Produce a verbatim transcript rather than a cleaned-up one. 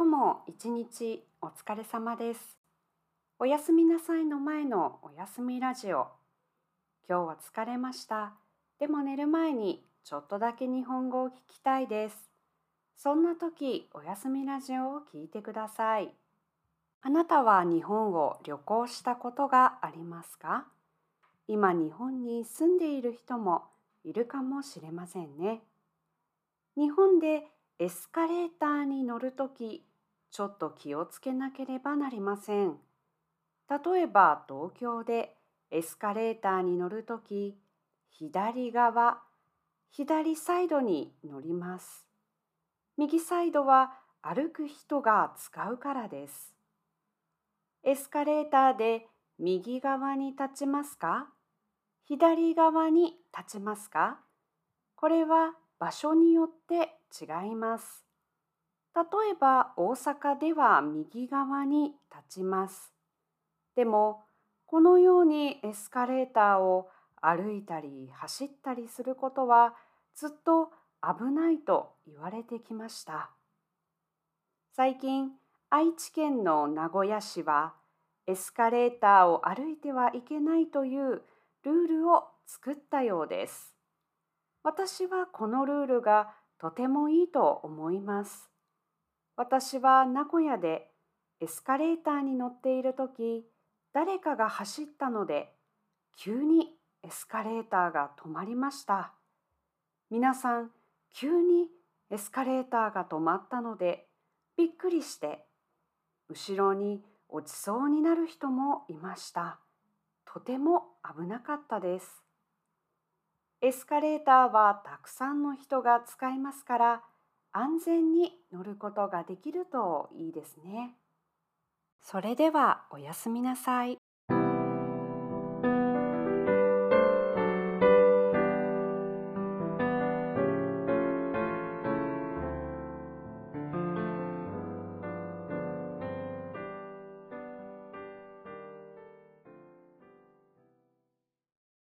今日も一日お疲れ様です。おやすみなさいの前のおやすみラジオ。今日は疲れました。でも寝る前にちょっとだけ日本語を聞きたいです。そんな時、おやすみラジオを聞いてください。あなたは日本を旅行したことがありますか？今日本に住んでいる人もいるかもしれませんね。日本でエスカレーターに乗るとき、ちょっと気をつけなければなりません。例えば東京でエスカレーターに乗るとき、左側、左サイドに乗ります。右サイドは歩く人が使うからです。エスカレーターで右側に立ちますか？左側に立ちますか？これは場所によって違います。例えば大阪では右側に立ちます。でも、このようにエスカレーターを歩いたり走ったりすることはずっと危ないと言われてきました。最近、愛知県の名古屋市はエスカレーターを歩いてはいけないというルールを作ったようです。私はこのルールがとてもいいと思います。私は名古屋でエスカレーターに乗っているとき、誰かが走ったので、急にエスカレーターが止まりました。皆さん、急にエスカレーターが止まったので、びっくりして、後ろに落ちそうになる人もいました。とても危なかったです。エスカレーターはたくさんの人が使いますから、安全に乗ることができるといいですね。それではおやすみなさい。